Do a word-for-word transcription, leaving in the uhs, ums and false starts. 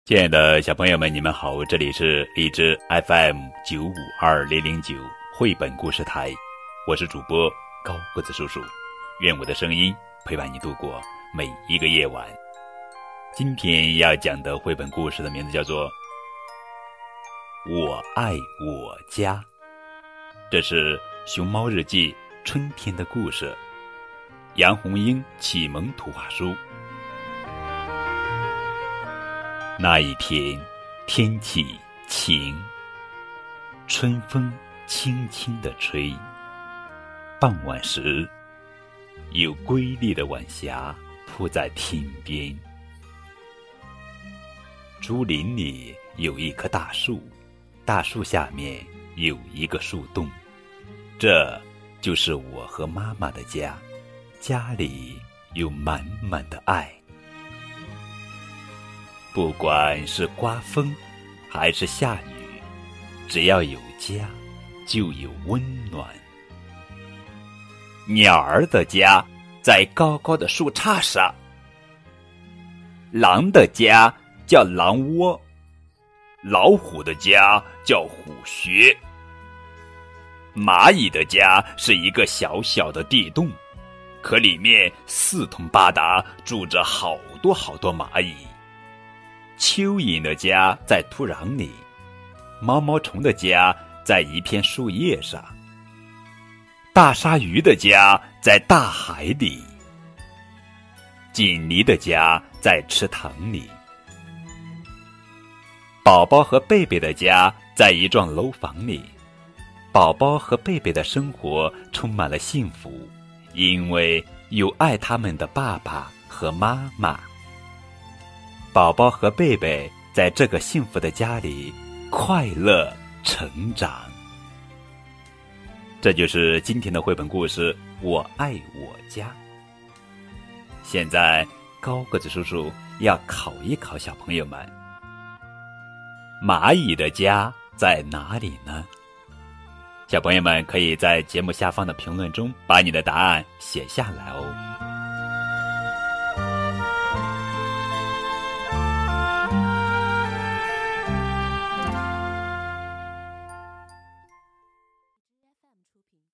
亲爱的小朋友们，你们好，这里是荔枝 F M 九五二零零九绘本故事台，我是主播高个子叔叔，愿我的声音陪伴你度过每一个夜晚。今天要讲的绘本故事的名字叫做我爱我家，这是熊猫日记春天的故事，杨红樱启蒙图画书。那一天天气晴，春风轻轻地吹，傍晚时有瑰丽的晚霞铺在田边。竹林里有一棵大树，大树下面有一个树洞，这就是我和妈妈的家，家里有满满的爱。不管是刮风还是下雨，只要有家就有温暖。鸟儿的家在高高的树杈上，狼的家叫狼窝，老虎的家叫虎穴，蚂蚁的家是一个小小的地洞，可里面四通八达住着好多好多蚂蚁。蚯蚓的家在土壤里，毛毛虫的家在一片树叶上，大鲨鱼的家在大海里，锦鲤的家在池塘里，宝宝和贝贝的家在一幢楼房里。宝宝和贝贝的生活充满了幸福，因为有爱他们的爸爸和妈妈。宝宝和贝贝在这个幸福的家里快乐成长。这就是今天的绘本故事，我爱我家。现在高个子叔叔要考一考小朋友们，蚂蚁的家在哪里呢？小朋友们可以在节目下方的评论中把你的答案写下来哦。